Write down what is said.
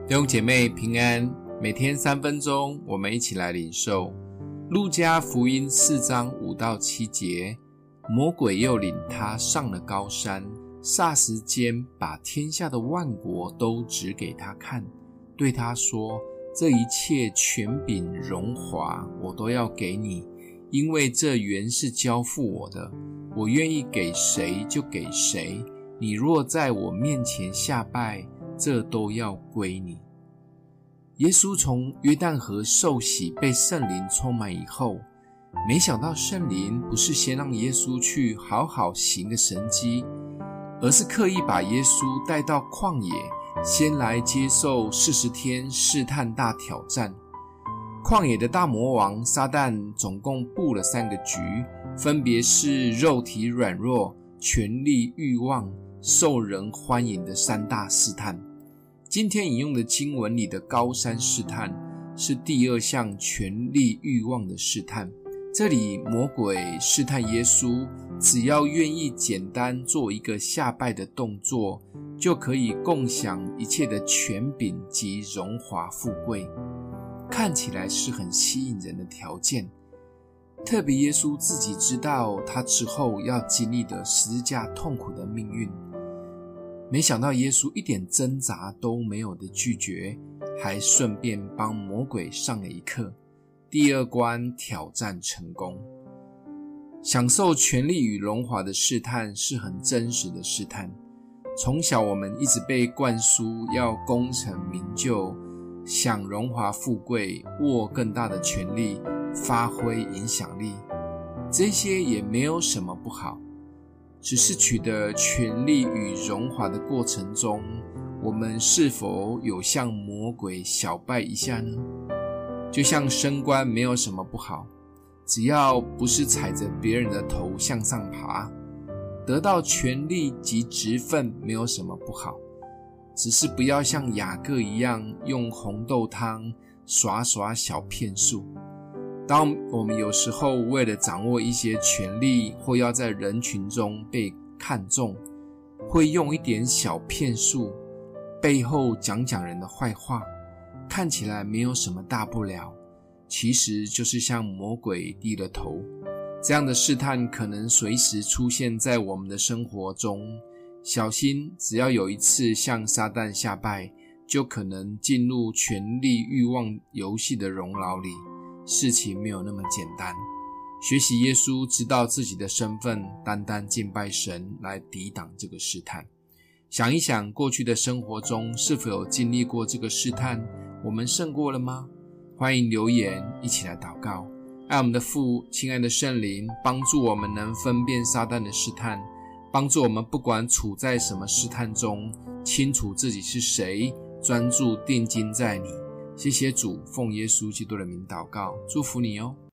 弟兄姐妹平安，每天3分钟，我们一起来领受路加福音4章5到7节。魔鬼又领他上了高山，霎时间把天下的万国都指给他看，对他说：这一切权柄荣华我都要给你，因为这原是交付我的，我愿意给谁就给谁，你若在我面前下拜，这都要归你。耶稣从约旦河受洗被圣灵充满以后，没想到圣灵不是先让耶稣去好好行个神迹，而是刻意把耶稣带到旷野，先来接受40天试探大挑战。旷野的大魔王撒旦总共布了3个局，分别是肉体软弱、权力欲望、受人欢迎的3大试探。今天引用的经文里的高山试探是第2项权力欲望的试探。这里魔鬼试探耶稣，只要愿意简单做一个下拜的动作，就可以共享一切的权柄及荣华富贵，看起来是很吸引人的条件。特别耶稣自己知道他之后要经历的十字架痛苦的命运，没想到耶稣一点挣扎都没有的拒绝，还顺便帮魔鬼上了一课。第2关挑战成功。享受权力与荣华的试探是很真实的试探。从小我们一直被灌输要功成名就，享荣华富贵，握更大的权力，发挥影响力，这些也没有什么不好，只是取得权力与荣华的过程中，我们是否有向魔鬼小拜一下呢？就像升官没有什么不好，只要不是踩着别人的头向上爬，得到权力及职分没有什么不好，只是不要像雅各一样用红豆汤耍小骗术。当我们有时候为了掌握一些权力，或要在人群中被看重，会用一点小骗术，背后讲人的坏话，看起来没有什么大不了，其实就是向魔鬼低了头。这样的试探可能随时出现在我们的生活中，小心只要有一次向撒旦下拜，就可能进入权力欲望游戏的笼牢里。事情没有那么简单，学习耶稣知道自己的身份，单单敬拜神来抵挡这个试探。想一想过去的生活中是否有经历过这个试探，我们胜过了吗？欢迎留言一起来祷告。爱我们的父，亲爱的圣灵，帮助我们能分辨撒旦的试探，帮助我们不管处在什么试探中，清楚自己是谁，专注定睛在你。谢谢主，奉耶稣基督的名祷告，祝福你哦。